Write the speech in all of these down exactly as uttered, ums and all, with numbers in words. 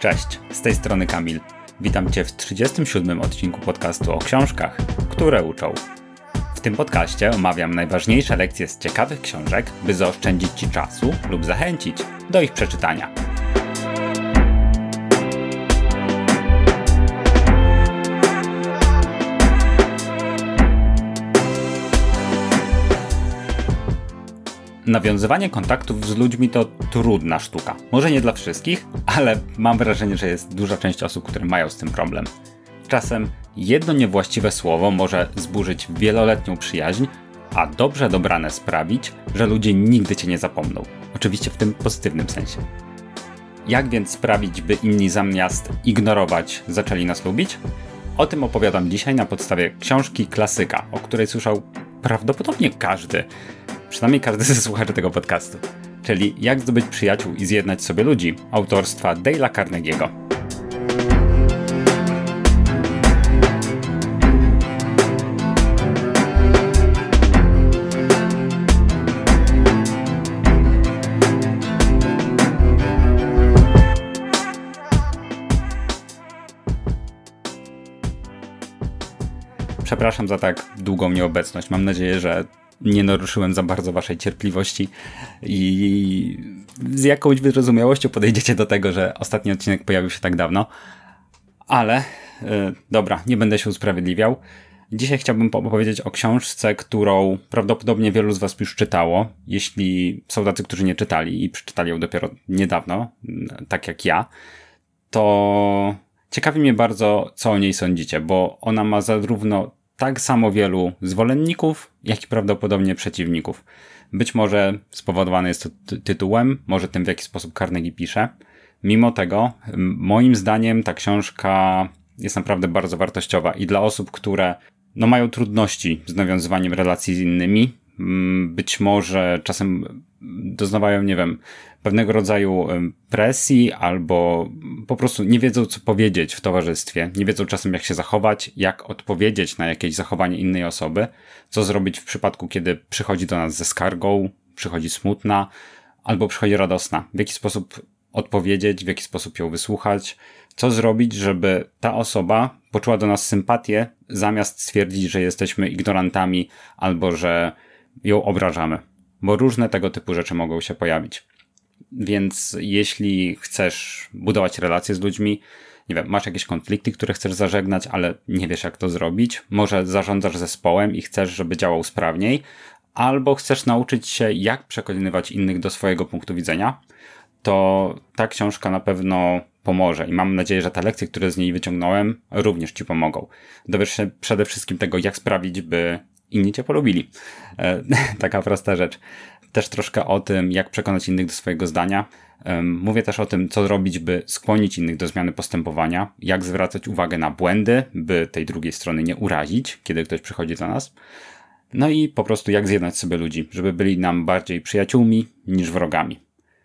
Cześć, z tej strony Kamil. Witam Cię w trzydziestym siódmym odcinku podcastu o książkach, które uczą. W tym podcaście omawiam najważniejsze lekcje z ciekawych książek, by zaoszczędzić Ci czasu lub zachęcić do ich przeczytania. Nawiązywanie kontaktów z ludźmi to trudna sztuka. Może nie dla wszystkich, ale mam wrażenie, że jest duża część osób, które mają z tym problem. Czasem jedno niewłaściwe słowo może zburzyć wieloletnią przyjaźń, a dobrze dobrane sprawić, że ludzie nigdy Cię nie zapomną. Oczywiście w tym pozytywnym sensie. Jak więc sprawić, by inni zamiast ignorować, zaczęli nas lubić? O tym opowiadam dzisiaj na podstawie książki klasyka, o której słyszał prawdopodobnie każdy. Przynajmniej każdy ze słuchaczy tego podcastu. Czyli Jak zdobyć przyjaciół i zjednać sobie ludzi, autorstwa Dale'a Carnegie'ego. Przepraszam za tak długą nieobecność. Mam nadzieję, że nie naruszyłem za bardzo waszej cierpliwości i z jakąś wyrozumiałością podejdziecie do tego, że ostatni odcinek pojawił się tak dawno. Ale, yy, dobra, nie będę się usprawiedliwiał. Dzisiaj chciałbym opowiedzieć o książce, którą prawdopodobnie wielu z was już czytało. Jeśli są tacy, którzy nie czytali i przeczytali ją dopiero niedawno, tak jak ja, to ciekawi mnie bardzo, co o niej sądzicie, bo ona ma zarówno tak samo wielu zwolenników, jak i prawdopodobnie przeciwników. Być może spowodowane jest to ty- tytułem, może tym, w jaki sposób Carnegie pisze. Mimo tego, moim zdaniem ta książka jest naprawdę bardzo wartościowa i dla osób, które no, mają trudności z nawiązywaniem relacji z innymi, być może czasem doznawają, nie wiem, pewnego rodzaju presji albo po prostu nie wiedzą, co powiedzieć w towarzystwie, nie wiedzą czasem, jak się zachować, jak odpowiedzieć na jakieś zachowanie innej osoby, co zrobić w przypadku, kiedy przychodzi do nas ze skargą, przychodzi smutna albo przychodzi radosna, w jaki sposób odpowiedzieć, w jaki sposób ją wysłuchać, co zrobić, żeby ta osoba poczuła do nas sympatię, zamiast stwierdzić, że jesteśmy ignorantami albo że ją obrażamy, bo różne tego typu rzeczy mogą się pojawić. Więc jeśli chcesz budować relacje z ludźmi, nie wiem, masz jakieś konflikty, które chcesz zażegnać, ale nie wiesz, jak to zrobić, może zarządzasz zespołem i chcesz, żeby działał sprawniej, albo chcesz nauczyć się, jak przekonywać innych do swojego punktu widzenia, to ta książka na pewno pomoże i mam nadzieję, że te lekcje, które z niej wyciągnąłem, również Ci pomogą. Dowiesz się przede wszystkim tego, jak sprawić, by inni Cię polubili. E, taka prosta rzecz. Też troszkę o tym, jak przekonać innych do swojego zdania. Um, mówię też o tym, co robić, by skłonić innych do zmiany postępowania, jak zwracać uwagę na błędy, by tej drugiej strony nie urazić, kiedy ktoś przychodzi do nas. No i po prostu jak zjednać sobie ludzi, żeby byli nam bardziej przyjaciółmi niż wrogami.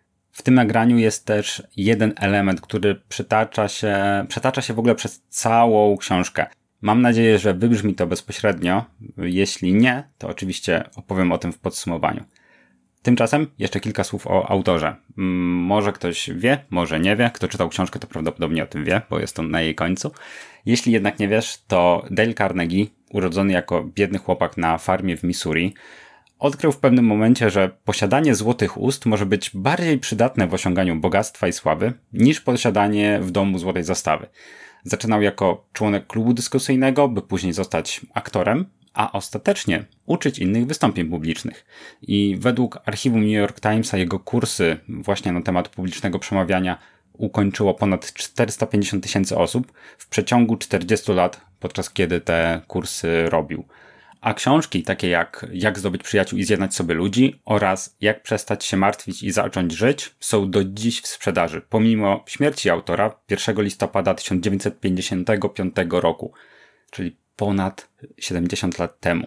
W tym nagraniu jest też jeden element, który przytacza się, przetacza się w ogóle przez całą książkę. Mam nadzieję, że wybrzmi to bezpośrednio. Jeśli nie, to oczywiście opowiem o tym w podsumowaniu. Tymczasem jeszcze kilka słów o autorze. Może ktoś wie, może nie wie. Kto czytał książkę, to prawdopodobnie o tym wie, bo jest to na jej końcu. Jeśli jednak nie wiesz, to Dale Carnegie, urodzony jako biedny chłopak na farmie w Missouri, odkrył w pewnym momencie, że posiadanie złotych ust może być bardziej przydatne w osiąganiu bogactwa i sławy, niż posiadanie w domu złotej zastawy. Zaczynał jako członek klubu dyskusyjnego, by później zostać aktorem, a ostatecznie uczyć innych wystąpień publicznych. I według archiwum New York Timesa jego kursy właśnie na temat publicznego przemawiania ukończyło ponad czterysta pięćdziesiąt tysięcy osób w przeciągu czterdziestu lat, podczas kiedy te kursy robił. A książki takie jak Jak zdobyć przyjaciół i zjednać sobie ludzi oraz Jak przestać się martwić i zacząć żyć są do dziś w sprzedaży, pomimo śmierci autora pierwszego listopada tysiąc dziewięćset pięćdziesiątego piątego roku, czyli ponad siedemdziesiąt lat temu.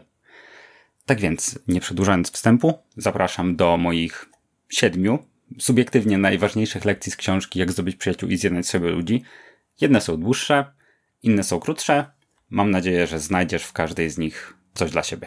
Tak więc, nie przedłużając wstępu, zapraszam do moich siedmiu, subiektywnie najważniejszych lekcji z książki Jak zdobyć przyjaciół i zjednać sobie ludzi. Jedne są dłuższe, inne są krótsze. Mam nadzieję, że znajdziesz w każdej z nich coś dla siebie.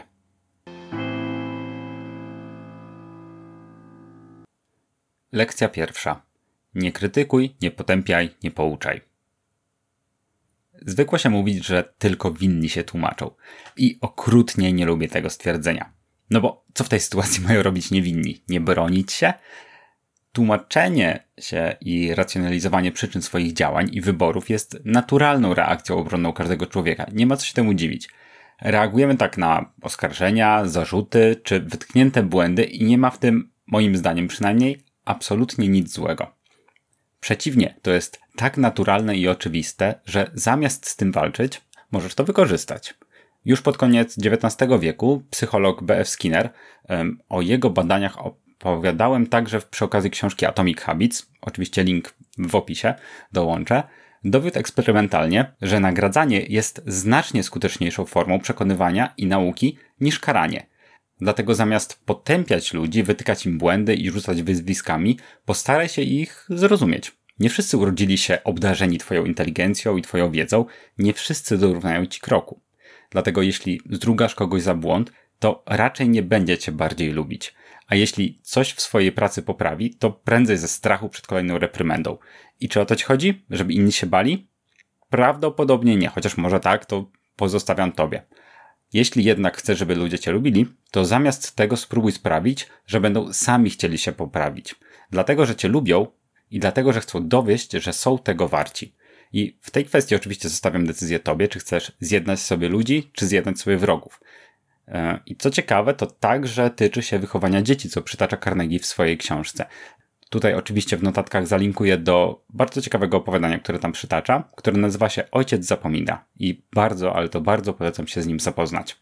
Lekcja pierwsza. Nie krytykuj, nie potępiaj, nie pouczaj. Zwykło się mówić, że tylko winni się tłumaczą. I okrutnie nie lubię tego stwierdzenia. No bo co w tej sytuacji mają robić niewinni? Nie bronić się? Tłumaczenie się i racjonalizowanie przyczyn swoich działań i wyborów jest naturalną reakcją obronną każdego człowieka. Nie ma co się temu dziwić. Reagujemy tak na oskarżenia, zarzuty czy wytknięte błędy i nie ma w tym, moim zdaniem przynajmniej, absolutnie nic złego. Przeciwnie, to jest tak naturalne i oczywiste, że zamiast z tym walczyć, możesz to wykorzystać. Już pod koniec dziewiętnastego wieku psycholog B F Skinner um, o jego badaniach opowiadałem także przy okazji książki Atomic Habits, oczywiście link w opisie dołączę, dowiódł eksperymentalnie, że nagradzanie jest znacznie skuteczniejszą formą przekonywania i nauki niż karanie. Dlatego zamiast potępiać ludzi, wytykać im błędy i rzucać wyzwiskami, postaraj się ich zrozumieć. Nie wszyscy urodzili się obdarzeni twoją inteligencją i twoją wiedzą, nie wszyscy dorównają ci kroku. Dlatego jeśli zdrugasz kogoś za błąd, to raczej nie będzie cię bardziej lubić. A jeśli coś w swojej pracy poprawi, to prędzej ze strachu przed kolejną reprymendą. I czy o to ci chodzi? Żeby inni się bali? Prawdopodobnie nie, chociaż może tak, to pozostawiam tobie. Jeśli jednak chcesz, żeby ludzie cię lubili, to zamiast tego spróbuj sprawić, że będą sami chcieli się poprawić. Dlatego, że cię lubią i dlatego, że chcą dowieść, że są tego warci. I w tej kwestii oczywiście zostawiam decyzję tobie, czy chcesz zjednać sobie ludzi, czy zjednać sobie wrogów. I co ciekawe, to także tyczy się wychowania dzieci, co przytacza Carnegie w swojej książce. Tutaj oczywiście w notatkach zalinkuję do bardzo ciekawego opowiadania, które tam przytacza, które nazywa się Ojciec zapomina i bardzo, ale to bardzo polecam się z nim zapoznać.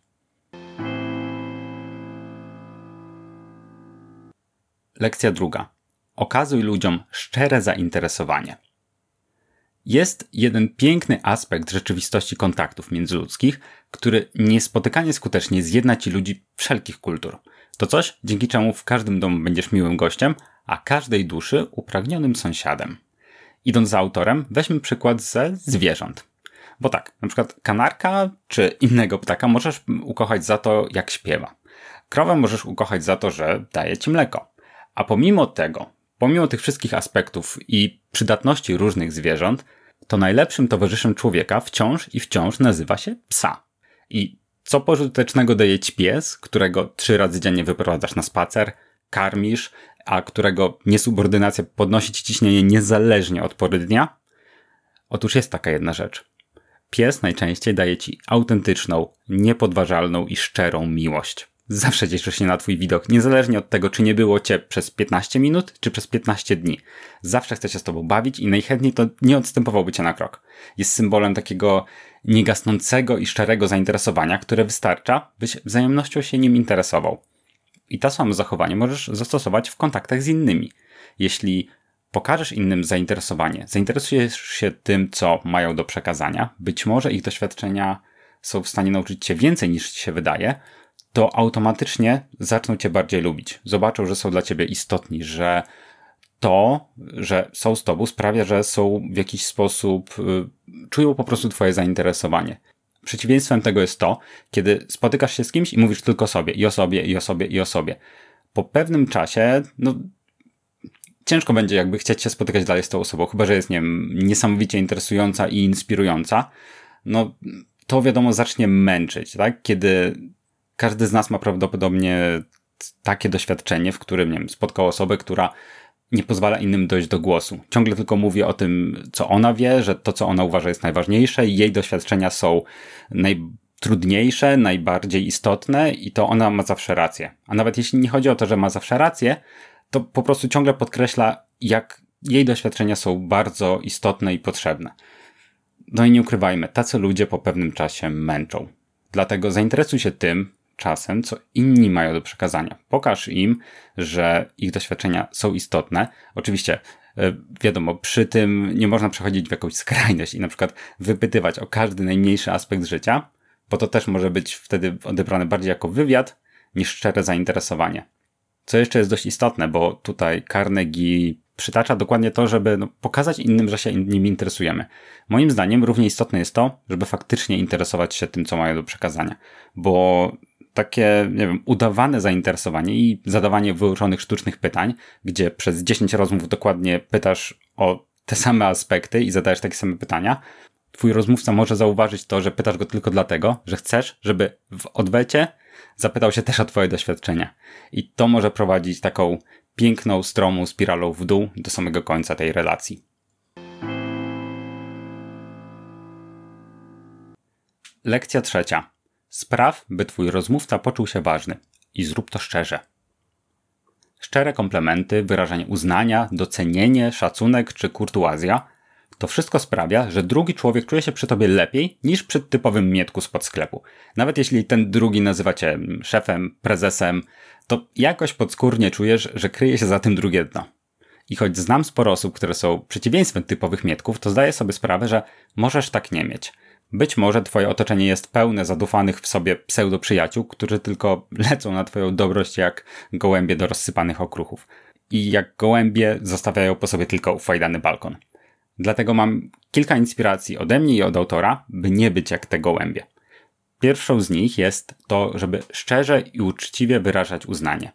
Lekcja druga. Okazuj ludziom szczere zainteresowanie. Jest jeden piękny aspekt rzeczywistości kontaktów międzyludzkich, który niespotykanie skutecznie zjedna ci ludzi wszelkich kultur. To coś, dzięki czemu w każdym domu będziesz miłym gościem, a każdej duszy upragnionym sąsiadem. Idąc za autorem, weźmy przykład ze zwierząt. Bo tak, na przykład kanarka czy innego ptaka możesz ukochać za to, jak śpiewa. Krowę możesz ukochać za to, że daje ci mleko. A pomimo tego, pomimo tych wszystkich aspektów i przydatności różnych zwierząt, to najlepszym towarzyszem człowieka wciąż i wciąż nazywa się psa. I co pożytecznego daje ci pies, którego trzy razy dziennie wyprowadzasz na spacer, karmisz, a którego niesubordynacja podnosi ci ciśnienie niezależnie od pory dnia? Otóż jest taka jedna rzecz. Pies najczęściej daje ci autentyczną, niepodważalną i szczerą miłość. Zawsze cieszy się na twój widok, niezależnie od tego, czy nie było cię przez piętnaście minut, czy przez piętnaście dni. Zawsze chce się z tobą bawić i najchętniej to nie odstępowałby cię na krok. Jest symbolem takiego niegasnącego i szczerego zainteresowania, które wystarcza, byś wzajemnością się nim interesował. I to samo zachowanie możesz zastosować w kontaktach z innymi. Jeśli pokażesz innym zainteresowanie, zainteresujesz się tym, co mają do przekazania, być może ich doświadczenia są w stanie nauczyć cię więcej niż ci się wydaje, to automatycznie zaczną cię bardziej lubić. Zobaczą, że są dla ciebie istotni, że to, że są z tobą sprawia, że są w jakiś sposób, y, czują po prostu twoje zainteresowanie. Przeciwieństwem tego jest to, kiedy spotykasz się z kimś i mówisz tylko sobie, i o sobie, i o sobie, i o sobie. Po pewnym czasie, no, ciężko będzie jakby chcieć się spotykać dalej z tą osobą, chyba że jest, nie wiem, niesamowicie interesująca i inspirująca. No, to wiadomo zacznie męczyć, tak? Kiedy każdy z nas ma prawdopodobnie takie doświadczenie, w którym, nie wiem, spotkał osobę, która nie pozwala innym dojść do głosu. Ciągle tylko mówi o tym, co ona wie, że to, co ona uważa, jest najważniejsze i jej doświadczenia są najtrudniejsze, najbardziej istotne i to ona ma zawsze rację. A nawet jeśli nie chodzi o to, że ma zawsze rację, to po prostu ciągle podkreśla, jak jej doświadczenia są bardzo istotne i potrzebne. No i nie ukrywajmy, tacy ludzie po pewnym czasie męczą. Dlatego zainteresuj się tym czasem, co inni mają do przekazania. Pokaż im, że ich doświadczenia są istotne. Oczywiście, wiadomo, przy tym nie można przechodzić w jakąś skrajność i na przykład wypytywać o każdy najmniejszy aspekt życia, bo to też może być wtedy odebrane bardziej jako wywiad niż szczere zainteresowanie. Co jeszcze jest dość istotne, bo tutaj Carnegie przytacza dokładnie to, żeby no, pokazać innym, że się nimi interesujemy. Moim zdaniem równie istotne jest to, żeby faktycznie interesować się tym, co mają do przekazania. Bo takie, nie wiem, udawane zainteresowanie i zadawanie wyuczonych sztucznych pytań, gdzie przez dziesięć rozmów dokładnie pytasz o te same aspekty i zadajesz takie same pytania, twój rozmówca może zauważyć to, że pytasz go tylko dlatego, że chcesz, żeby w odwecie zapytał się też o twoje doświadczenia. I to może prowadzić taką piękną, stromą spiralą w dół do samego końca tej relacji. Lekcja trzecia. Spraw, by twój rozmówca poczuł się ważny i zrób to szczerze. Szczere komplementy, wyrażanie uznania, docenienie, szacunek czy kurtuazja to wszystko sprawia, że drugi człowiek czuje się przy tobie lepiej niż przy typowym mietku spod sklepu. Nawet jeśli ten drugi nazywa cię szefem, prezesem, to jakoś podskórnie czujesz, że kryje się za tym drugie dno. I choć znam sporo osób, które są przeciwieństwem typowych mietków, to zdaję sobie sprawę, że możesz tak nie mieć. Być może twoje otoczenie jest pełne zadufanych w sobie pseudoprzyjaciół, którzy tylko lecą na twoją dobroć jak gołębie do rozsypanych okruchów. I jak gołębie zostawiają po sobie tylko ufajdany balkon. Dlatego mam kilka inspiracji ode mnie i od autora, by nie być jak te gołębie. Pierwszą z nich jest to, żeby szczerze i uczciwie wyrażać uznanie.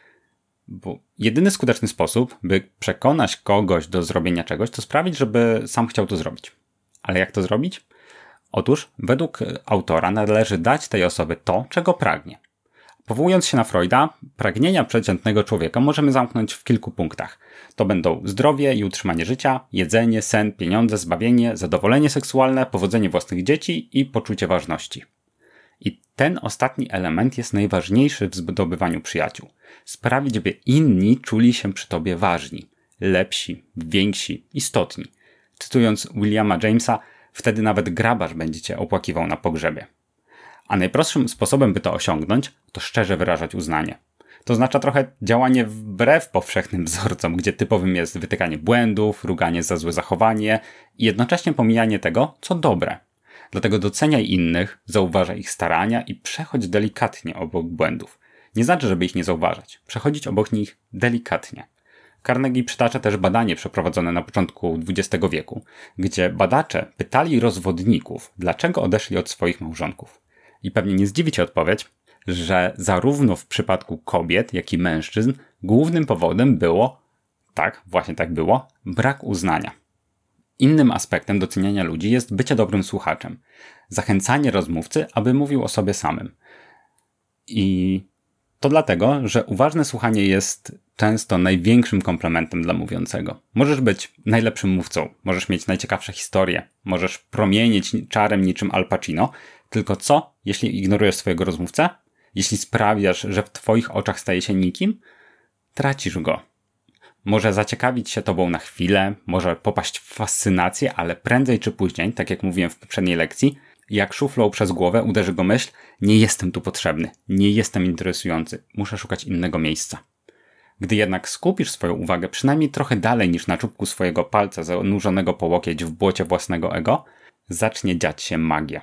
Bo jedyny skuteczny sposób, by przekonać kogoś do zrobienia czegoś, to sprawić, żeby sam chciał to zrobić. Ale jak to zrobić? Otóż, według autora należy dać tej osobie to, czego pragnie. Powołując się na Freuda, pragnienia przeciętnego człowieka możemy zamknąć w kilku punktach. To będą zdrowie i utrzymanie życia, jedzenie, sen, pieniądze, zbawienie, zadowolenie seksualne, powodzenie własnych dzieci i poczucie ważności. I ten ostatni element jest najważniejszy w zdobywaniu przyjaciół. Sprawić, by inni czuli się przy tobie ważni, lepsi, więksi, istotni. Cytując Williama Jamesa, wtedy nawet grabarz będzie cię opłakiwał na pogrzebie. A najprostszym sposobem, by to osiągnąć, to szczerze wyrażać uznanie. To oznacza trochę działanie wbrew powszechnym wzorcom, gdzie typowym jest wytykanie błędów, ruganie za złe zachowanie i jednocześnie pomijanie tego, co dobre. Dlatego doceniaj innych, zauważaj ich starania i przechodź delikatnie obok błędów. Nie znaczy, żeby ich nie zauważać. Przechodzić obok nich delikatnie. Carnegie przytacza też badanie przeprowadzone na początku dwudziestego wieku, gdzie badacze pytali rozwodników, dlaczego odeszli od swoich małżonków. I pewnie nie zdziwi cię odpowiedź, że zarówno w przypadku kobiet, jak i mężczyzn głównym powodem było, tak, właśnie tak było, brak uznania. Innym aspektem doceniania ludzi jest bycie dobrym słuchaczem. Zachęcanie rozmówcy, aby mówił o sobie samym. I to dlatego, że uważne słuchanie jest często największym komplementem dla mówiącego. Możesz być najlepszym mówcą, możesz mieć najciekawsze historie, możesz promienieć czarem niczym Al Pacino, tylko co, jeśli ignorujesz swojego rozmówcę? Jeśli sprawiasz, że w twoich oczach staje się nikim? Tracisz go. Może zaciekawić się tobą na chwilę, może popaść w fascynację, ale prędzej czy później, tak jak mówiłem w poprzedniej lekcji, jak szuflą przez głowę uderzy go myśl, nie jestem tu potrzebny, nie jestem interesujący, muszę szukać innego miejsca. Gdy jednak skupisz swoją uwagę przynajmniej trochę dalej niż na czubku swojego palca zanurzonego po łokieć w błocie własnego ego, zacznie dziać się magia.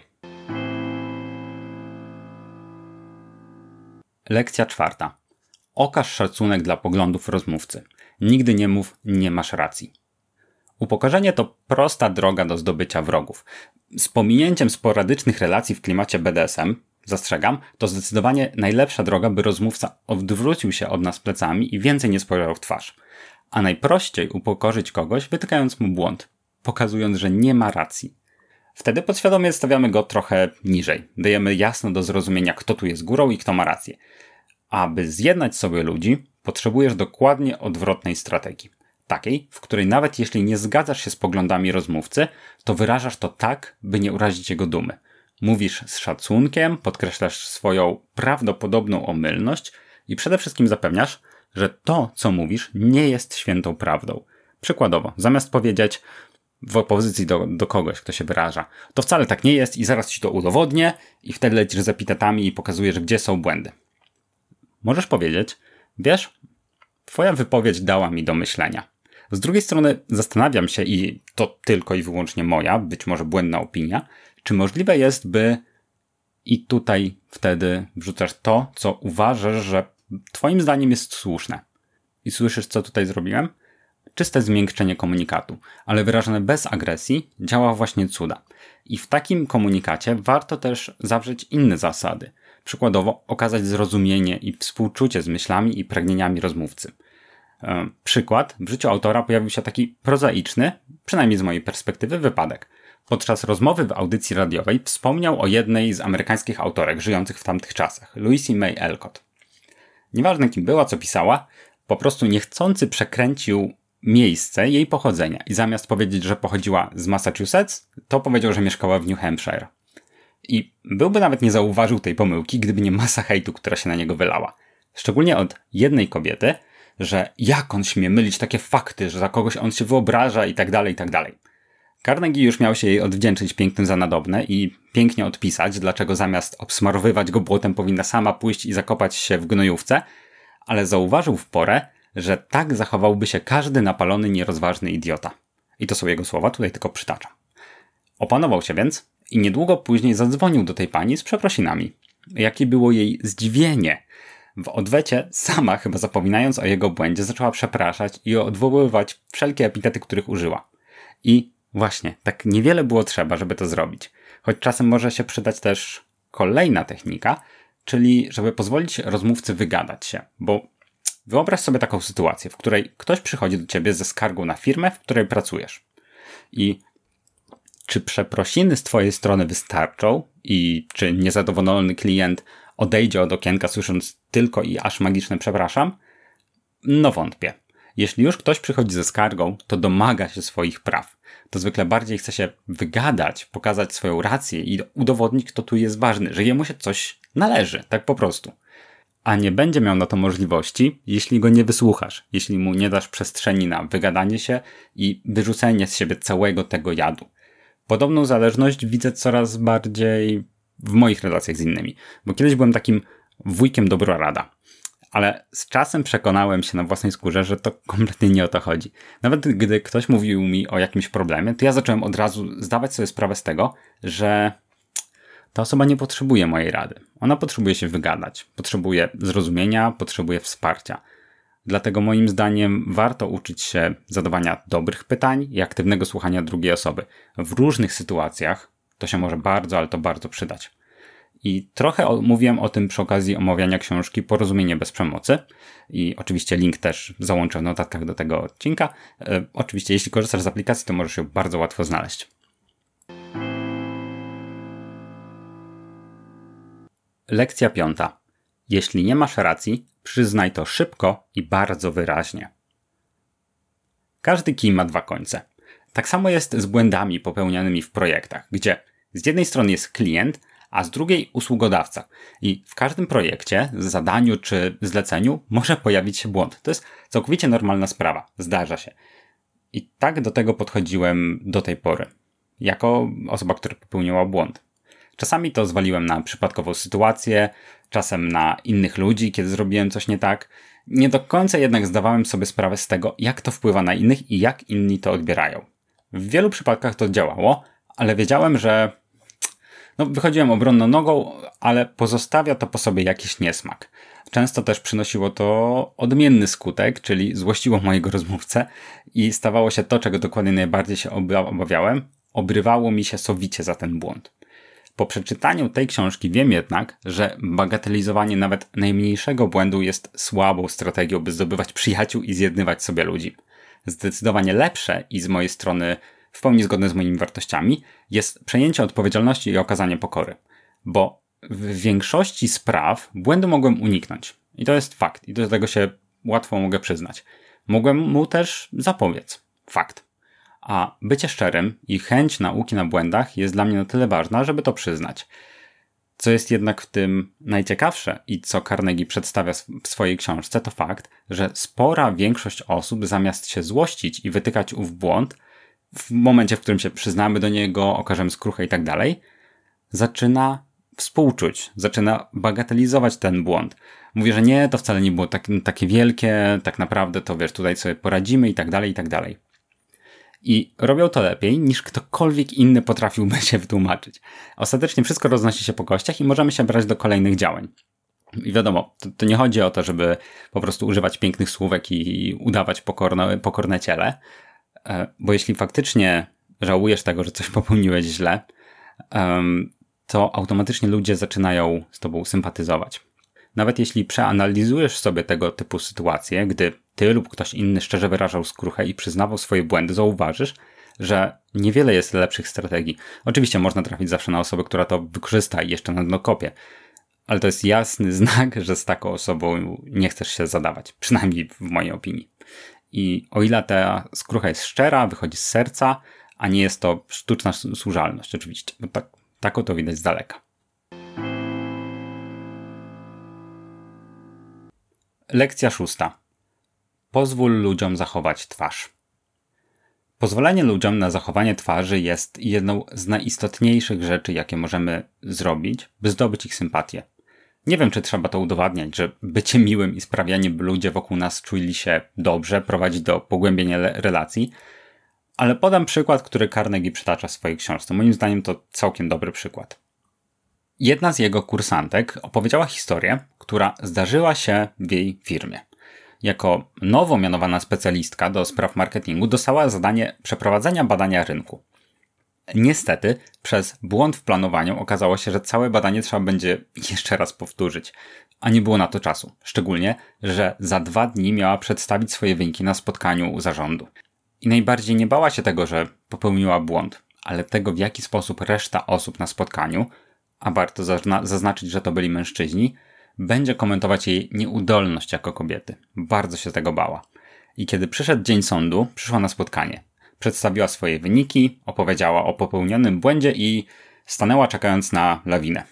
Lekcja czwarta. Okaż szacunek dla poglądów rozmówcy. Nigdy nie mów, nie masz racji. Upokorzenie to prosta droga do zdobycia wrogów. Z pominięciem sporadycznych relacji w klimacie B D S M, zastrzegam, to zdecydowanie najlepsza droga, by rozmówca odwrócił się od nas plecami i więcej nie spojrzał w twarz. A najprościej upokorzyć kogoś, wytykając mu błąd, pokazując, że nie ma racji. Wtedy podświadomie stawiamy go trochę niżej. Dajemy jasno do zrozumienia, kto tu jest górą i kto ma rację. Aby zjednać sobie ludzi, potrzebujesz dokładnie odwrotnej strategii. Takiej, w której nawet jeśli nie zgadzasz się z poglądami rozmówcy, to wyrażasz to tak, by nie urazić jego dumy. Mówisz z szacunkiem, podkreślasz swoją prawdopodobną omylność i przede wszystkim zapewniasz, że to, co mówisz, nie jest świętą prawdą. Przykładowo, zamiast powiedzieć w opozycji do, do kogoś, kto się wyraża, to wcale tak nie jest i zaraz ci to udowodnię i wtedy lecisz z epitetami i pokazujesz, gdzie są błędy. Możesz powiedzieć, wiesz, twoja wypowiedź dała mi do myślenia. Z drugiej strony zastanawiam się, i to tylko i wyłącznie moja, być może błędna opinia, czy możliwe jest, by i tutaj wtedy wrzucasz to, co uważasz, że twoim zdaniem jest słuszne. I słyszysz, co tutaj zrobiłem? Czyste zmiękczenie komunikatu, ale wyrażone bez agresji działa właśnie cuda. I w takim komunikacie warto też zawrzeć inne zasady. Przykładowo okazać zrozumienie i współczucie z myślami i pragnieniami rozmówcy. Przykład. W życiu autora pojawił się taki prozaiczny, przynajmniej z mojej perspektywy, wypadek. Podczas rozmowy w audycji radiowej wspomniał o jednej z amerykańskich autorek żyjących w tamtych czasach, Louisa May Alcott. Nieważne kim była, co pisała, po prostu niechcący przekręcił miejsce jej pochodzenia i zamiast powiedzieć, że pochodziła z Massachusetts, to powiedział, że mieszkała w New Hampshire. I byłby nawet nie zauważył tej pomyłki, gdyby nie masa hejtu, która się na niego wylała. Szczególnie od jednej kobiety, że jak on śmie mylić takie fakty, że za kogoś on się wyobraża i tak dalej, i tak dalej. Carnegie już miał się jej odwdzięczyć pięknym za nadobne i pięknie odpisać, dlaczego zamiast obsmarowywać go błotem powinna sama pójść i zakopać się w gnojówce, ale zauważył w porę, że tak zachowałby się każdy napalony, nierozważny idiota. I to są jego słowa, tutaj tylko przytaczam. Opanował się więc i niedługo później zadzwonił do tej pani z przeprosinami. Jakie było jej zdziwienie! W odwecie sama, chyba zapominając o jego błędzie, zaczęła przepraszać i odwoływać wszelkie epitety, których użyła. I właśnie, tak niewiele było trzeba, żeby to zrobić. Choć czasem może się przydać też kolejna technika, czyli żeby pozwolić rozmówcy wygadać się. Bo wyobraź sobie taką sytuację, w której ktoś przychodzi do ciebie ze skargą na firmę, w której pracujesz. I czy przeprosiny z twojej strony wystarczą i czy niezadowolony klient odejdzie od okienka słysząc tylko i aż magiczne przepraszam? No wątpię. Jeśli już ktoś przychodzi ze skargą, to domaga się swoich praw. To zwykle bardziej chce się wygadać, pokazać swoją rację i udowodnić, kto tu jest ważny, że jemu się coś należy, tak po prostu. A nie będzie miał na to możliwości, jeśli go nie wysłuchasz, jeśli mu nie dasz przestrzeni na wygadanie się i wyrzucenie z siebie całego tego jadu. Podobną zależność widzę coraz bardziej w moich relacjach z innymi, bo kiedyś byłem takim wujkiem dobra rada, ale z czasem przekonałem się na własnej skórze, że to kompletnie nie o to chodzi. Nawet gdy ktoś mówił mi o jakimś problemie, to ja zacząłem od razu zdawać sobie sprawę z tego, że ta osoba nie potrzebuje mojej rady. Ona potrzebuje się wygadać, potrzebuje zrozumienia, potrzebuje wsparcia. Dlatego moim zdaniem warto uczyć się zadawania dobrych pytań i aktywnego słuchania drugiej osoby. W różnych sytuacjach to się może bardzo, ale to bardzo przydać. I trochę o, mówiłem o tym przy okazji omawiania książki Porozumienie bez przemocy. I oczywiście link też załączę w notatkach do tego odcinka. E, oczywiście jeśli korzystasz z aplikacji, to możesz ją bardzo łatwo znaleźć. Lekcja piąta. Jeśli nie masz racji, przyznaj to szybko i bardzo wyraźnie. Każdy kij ma dwa końce. Tak samo jest z błędami popełnianymi w projektach, gdzie z jednej strony jest klient, a z drugiej usługodawca. I w każdym projekcie, zadaniu czy zleceniu może pojawić się błąd. To jest całkowicie normalna sprawa. Zdarza się. I tak do tego podchodziłem do tej pory. Jako osoba, która popełniła błąd. Czasami to zwaliłem na przypadkową sytuację, czasem na innych ludzi, kiedy zrobiłem coś nie tak. Nie do końca jednak zdawałem sobie sprawę z tego, jak to wpływa na innych i jak inni to odbierają. W wielu przypadkach to działało, ale wiedziałem, że no, wychodziłem obronną nogą, ale pozostawia to po sobie jakiś niesmak. Często też przynosiło to odmienny skutek, czyli złościło mojego rozmówcę i stawało się to, czego dokładnie najbardziej się obawiałem, obrywało mi się sowicie za ten błąd. Po przeczytaniu tej książki wiem jednak, że bagatelizowanie nawet najmniejszego błędu jest słabą strategią, by zdobywać przyjaciół i zjednywać sobie ludzi. Zdecydowanie lepsze i z mojej strony w pełni zgodne z moimi wartościami jest przejęcie odpowiedzialności i okazanie pokory. Bo w większości spraw błędu mogłem uniknąć. I to jest fakt. I do tego się łatwo mogę przyznać. Mogłem mu też zapobiec. Fakt. A bycie szczerym i chęć nauki na błędach jest dla mnie na tyle ważna, żeby to przyznać. Co jest jednak w tym najciekawsze i co Carnegie przedstawia w swojej książce, to fakt, że spora większość osób zamiast się złościć i wytykać ów błąd, w momencie, w którym się przyznamy do niego, okażemy skruchę i tak dalej, zaczyna współczuć, zaczyna bagatelizować ten błąd. Mówi, że nie, to wcale nie było tak, takie wielkie, tak naprawdę to wiesz, tutaj sobie poradzimy i tak dalej, i tak dalej. I robią to lepiej, niż ktokolwiek inny potrafiłby się wytłumaczyć. Ostatecznie wszystko roznosi się po kościach i możemy się brać do kolejnych działań. I wiadomo, to, to nie chodzi o to, żeby po prostu używać pięknych słówek i udawać pokorne, pokorne ciele, bo jeśli faktycznie żałujesz tego, że coś popełniłeś źle, to automatycznie ludzie zaczynają z tobą sympatyzować. Nawet jeśli przeanalizujesz sobie tego typu sytuacje, gdy ty lub ktoś inny szczerze wyrażał skruchę i przyznawał swoje błędy, zauważysz, że niewiele jest lepszych strategii. Oczywiście można trafić zawsze na osobę, która to wykorzysta i jeszcze na dno kopie, ale to jest jasny znak, że z taką osobą nie chcesz się zadawać, przynajmniej w mojej opinii. I o ile ta skrucha jest szczera, wychodzi z serca, a nie jest to sztuczna służalność oczywiście, bo tak, tak to widać z daleka. Lekcja szósta. Pozwól ludziom zachować twarz. Pozwolenie ludziom na zachowanie twarzy jest jedną z najistotniejszych rzeczy, jakie możemy zrobić, by zdobyć ich sympatię. Nie wiem, czy trzeba to udowadniać, że bycie miłym i sprawianie, by ludzie wokół nas czuli się dobrze, prowadzi do pogłębienia relacji, ale podam przykład, który Carnegie przytacza w swojej książce. Moim zdaniem to całkiem dobry przykład. Jedna z jego kursantek opowiedziała historię, która zdarzyła się w jej firmie. Jako nowo mianowana specjalistka do spraw marketingu dostała zadanie przeprowadzenia badania rynku. Niestety, przez błąd w planowaniu okazało się, że całe badanie trzeba będzie jeszcze raz powtórzyć, a nie było na to czasu. Szczególnie, że za dwa dni miała przedstawić swoje wyniki na spotkaniu zarządu. I najbardziej nie bała się tego, że popełniła błąd, ale tego, w jaki sposób reszta osób na spotkaniu, a warto zazna- zaznaczyć, że to byli mężczyźni, będzie komentować jej nieudolność jako kobiety. Bardzo się tego bała. I kiedy przyszedł dzień sądu, przyszła na spotkanie. Przedstawiła swoje wyniki, opowiedziała o popełnionym błędzie i stanęła czekając na lawinę.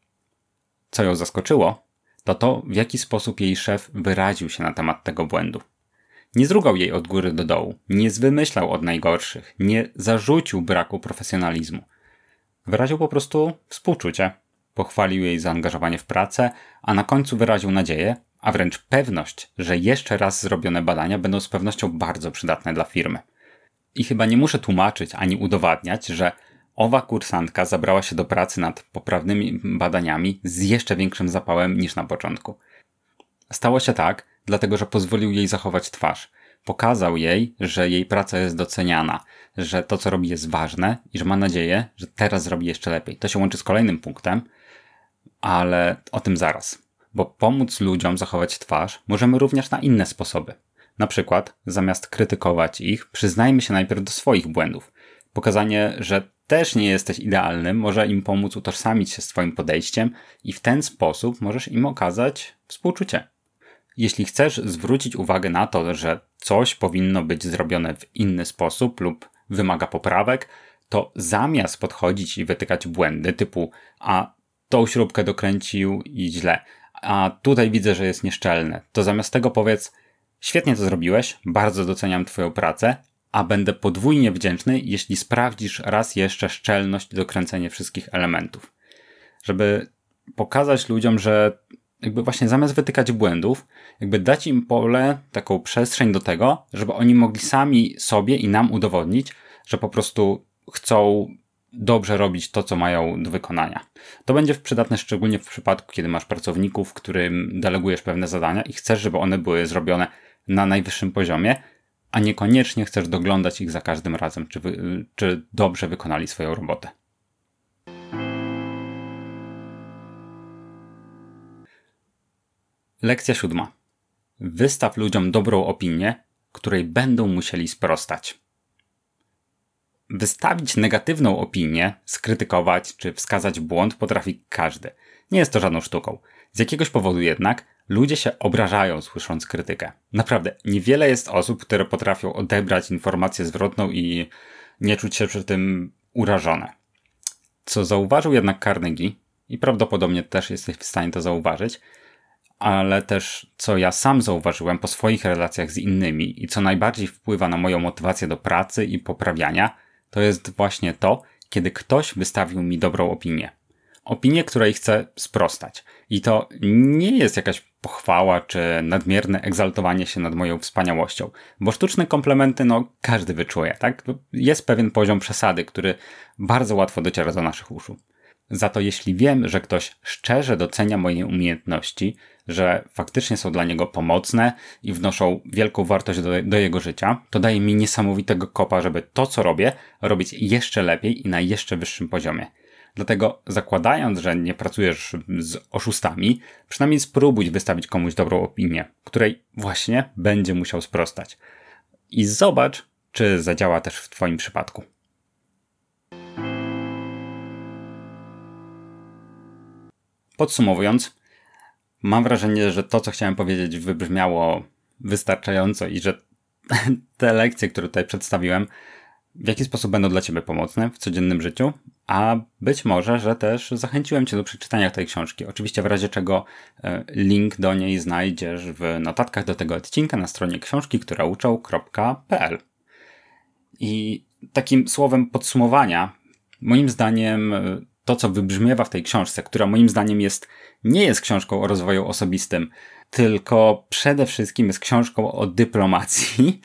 Co ją zaskoczyło, to to, w jaki sposób jej szef wyraził się na temat tego błędu. Nie zrugał jej od góry do dołu, nie zwymyślał od najgorszych, nie zarzucił braku profesjonalizmu. Wyraził po prostu współczucie, pochwalił jej zaangażowanie w pracę, a na końcu wyraził nadzieję, a wręcz pewność, że jeszcze raz zrobione badania będą z pewnością bardzo przydatne dla firmy. I chyba nie muszę tłumaczyć ani udowadniać, że owa kursantka zabrała się do pracy nad poprawnymi badaniami z jeszcze większym zapałem niż na początku. Stało się tak, dlatego że pozwolił jej zachować twarz. Pokazał jej, że jej praca jest doceniana, że to, co robi, jest ważne i że ma nadzieję, że teraz zrobi jeszcze lepiej. To się łączy z kolejnym punktem, ale o tym zaraz. Bo pomóc ludziom zachować twarz możemy również na inne sposoby. Na przykład, zamiast krytykować ich, przyznajmy się najpierw do swoich błędów. Pokazanie, że też nie jesteś idealnym, może im pomóc utożsamić się z twoim podejściem i w ten sposób możesz im okazać współczucie. Jeśli chcesz zwrócić uwagę na to, że coś powinno być zrobione w inny sposób lub wymaga poprawek, to zamiast podchodzić i wytykać błędy typu a tą śrubkę dokręcił i źle, a tutaj widzę, że jest nieszczelne, to zamiast tego powiedz: świetnie to zrobiłeś, bardzo doceniam twoją pracę, a będę podwójnie wdzięczny, jeśli sprawdzisz raz jeszcze szczelność i dokręcenie wszystkich elementów. Żeby pokazać ludziom, że jakby właśnie zamiast wytykać błędów, jakby dać im pole, taką przestrzeń do tego, żeby oni mogli sami sobie i nam udowodnić, że po prostu chcą dobrze robić to, co mają do wykonania. To będzie przydatne szczególnie w przypadku, kiedy masz pracowników, którym delegujesz pewne zadania i chcesz, żeby one były zrobione na najwyższym poziomie, a niekoniecznie chcesz doglądać ich za każdym razem, czy, wy, czy dobrze wykonali swoją robotę. Lekcja siódma. Wystaw ludziom dobrą opinię, której będą musieli sprostać. Wystawić negatywną opinię, skrytykować czy wskazać błąd potrafi każdy. Nie jest to żadną sztuką. Z jakiegoś powodu jednak ludzie się obrażają, słysząc krytykę. Naprawdę, niewiele jest osób, które potrafią odebrać informację zwrotną i nie czuć się przy tym urażone. Co zauważył jednak Carnegie, i prawdopodobnie też jesteś w stanie to zauważyć, ale też co ja sam zauważyłem po swoich relacjach z innymi i co najbardziej wpływa na moją motywację do pracy i poprawiania, to jest właśnie to, kiedy ktoś wystawił mi dobrą opinię. Opinię, której chcę sprostać. I to nie jest jakaś pochwała czy nadmierne egzaltowanie się nad moją wspaniałością, bo sztuczne komplementy no każdy wyczuje, tak? Jest pewien poziom przesady, który bardzo łatwo dociera do naszych uszu. Za to jeśli wiem, że ktoś szczerze docenia moje umiejętności, że faktycznie są dla niego pomocne i wnoszą wielką wartość do, do jego życia, to daje mi niesamowitego kopa, żeby to, co robię, robić jeszcze lepiej i na jeszcze wyższym poziomie. Dlatego zakładając, że nie pracujesz z oszustami, przynajmniej spróbuj wystawić komuś dobrą opinię, której właśnie będzie musiał sprostać. I zobacz, czy zadziała też w twoim przypadku. Podsumowując, mam wrażenie, że to, co chciałem powiedzieć, wybrzmiało wystarczająco i że te lekcje, które tutaj przedstawiłem, w jaki sposób będą dla ciebie pomocne w codziennym życiu, a być może, że też zachęciłem cię do przeczytania tej książki. Oczywiście w razie czego link do niej znajdziesz w notatkach do tego odcinka na stronie książki, która uczą kropka p l. I takim słowem podsumowania, moim zdaniem to, co wybrzmiewa w tej książce, która moim zdaniem jest, nie jest książką o rozwoju osobistym, tylko przede wszystkim jest książką o dyplomacji,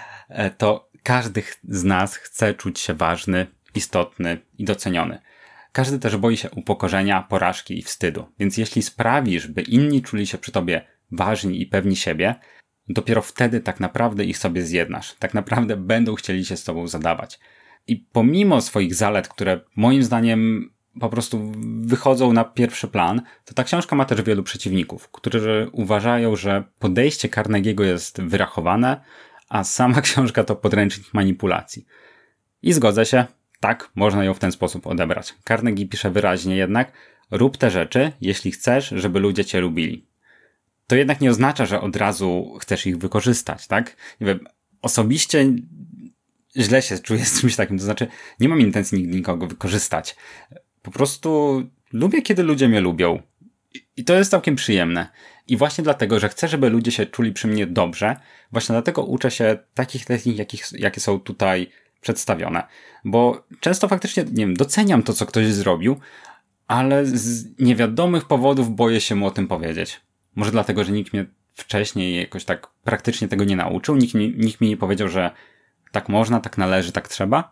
to każdy z nas chce czuć się ważny, istotny i doceniony. Każdy też boi się upokorzenia, porażki i wstydu. Więc jeśli sprawisz, by inni czuli się przy tobie ważni i pewni siebie, dopiero wtedy tak naprawdę ich sobie zjednasz. Tak naprawdę będą chcieli się z tobą zadawać. I pomimo swoich zalet, które moim zdaniem po prostu wychodzą na pierwszy plan, to ta książka ma też wielu przeciwników, którzy uważają, że podejście Carnegiego jest wyrachowane, a sama książka to podręcznik manipulacji. I zgodzę się, tak, można ją w ten sposób odebrać. Carnegie pisze wyraźnie jednak, rób te rzeczy, jeśli chcesz, żeby ludzie cię lubili. To jednak nie oznacza, że od razu chcesz ich wykorzystać, tak? Nie wiem, osobiście źle się czuję z czymś takim, to znaczy nie mam intencji nigdy nikogo wykorzystać. Po prostu lubię, kiedy ludzie mnie lubią. I to jest całkiem przyjemne. I właśnie dlatego, że chcę, żeby ludzie się czuli przy mnie dobrze, właśnie dlatego uczę się takich technik, jakich, jakie są tutaj przedstawione. Bo często faktycznie, nie wiem, doceniam to, co ktoś zrobił, ale z niewiadomych powodów boję się mu o tym powiedzieć. Może dlatego, że nikt mnie wcześniej jakoś tak praktycznie tego nie nauczył, nikt, nie, nikt mi nie powiedział, że tak można, tak należy, tak trzeba.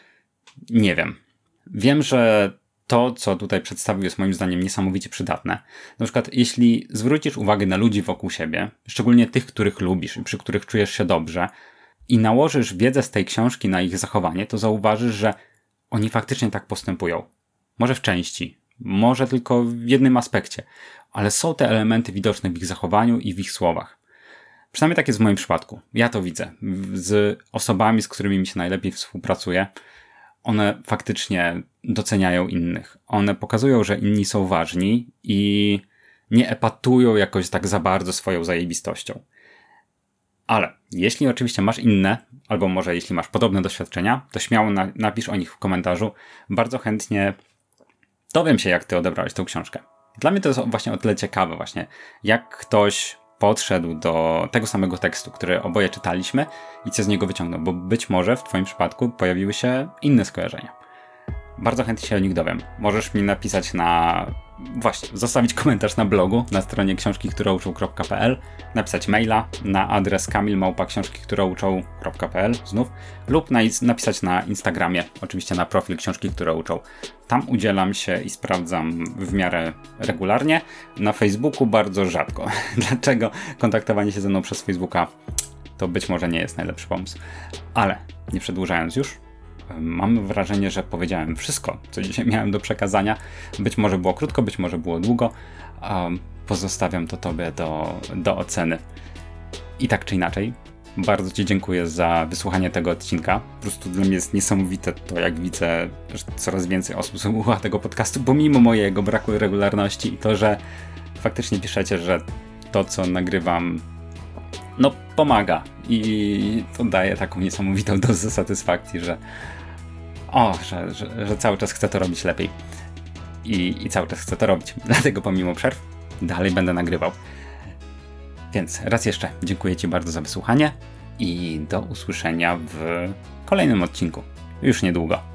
Nie wiem. Wiem, że to, co tutaj przedstawił, jest moim zdaniem niesamowicie przydatne. Na przykład, jeśli zwrócisz uwagę na ludzi wokół siebie, szczególnie tych, których lubisz i przy których czujesz się dobrze, i nałożysz wiedzę z tej książki na ich zachowanie, to zauważysz, że oni faktycznie tak postępują. Może w części, może tylko w jednym aspekcie, ale są te elementy widoczne w ich zachowaniu i w ich słowach. Przynajmniej tak jest w moim przypadku. Ja to widzę. Z osobami, z którymi mi się najlepiej współpracuje, one faktycznie doceniają innych. One pokazują, że inni są ważni i nie epatują jakoś tak za bardzo swoją zajebistością. Ale jeśli oczywiście masz inne, albo może jeśli masz podobne doświadczenia, to śmiało na, napisz o nich w komentarzu. Bardzo chętnie dowiem się, jak ty odebrałeś tę książkę. Dla mnie to jest właśnie o tyle ciekawe właśnie, jak ktoś podszedł do tego samego tekstu, który oboje czytaliśmy i co z niego wyciągnął, bo być może w twoim przypadku pojawiły się inne skojarzenia. Bardzo chętnie się o nich dowiem. Możesz mi napisać na... Właśnie, zostawić komentarz na blogu, na stronie książki która uczą kropka p l, napisać maila na adres kamil małpa książki która uczą kropka p l znów, lub na, napisać na Instagramie, oczywiście na profil książki które uczą. Tam udzielam się i sprawdzam w miarę regularnie. Na Facebooku bardzo rzadko. Dlaczego kontaktowanie się ze mną przez Facebooka to być może nie jest najlepszy pomysł. Ale nie przedłużając już, mam wrażenie, że powiedziałem wszystko, co dzisiaj miałem do przekazania. Być może było krótko, być może było długo. Um, pozostawiam to tobie do, do oceny. I tak czy inaczej, bardzo ci dziękuję za wysłuchanie tego odcinka. Po prostu dla mnie jest niesamowite to, jak widzę, że coraz więcej osób słucha tego podcastu, pomimo mojego braku regularności i to, że faktycznie piszecie, że to, co nagrywam, no pomaga i to daje taką niesamowitą dozę satysfakcji, że o, że, że, że cały czas chcę to robić lepiej i, i cały czas chcę to robić, dlatego pomimo przerw dalej będę nagrywał. Więc raz jeszcze dziękuję ci bardzo za wysłuchanie i do usłyszenia w kolejnym odcinku już niedługo.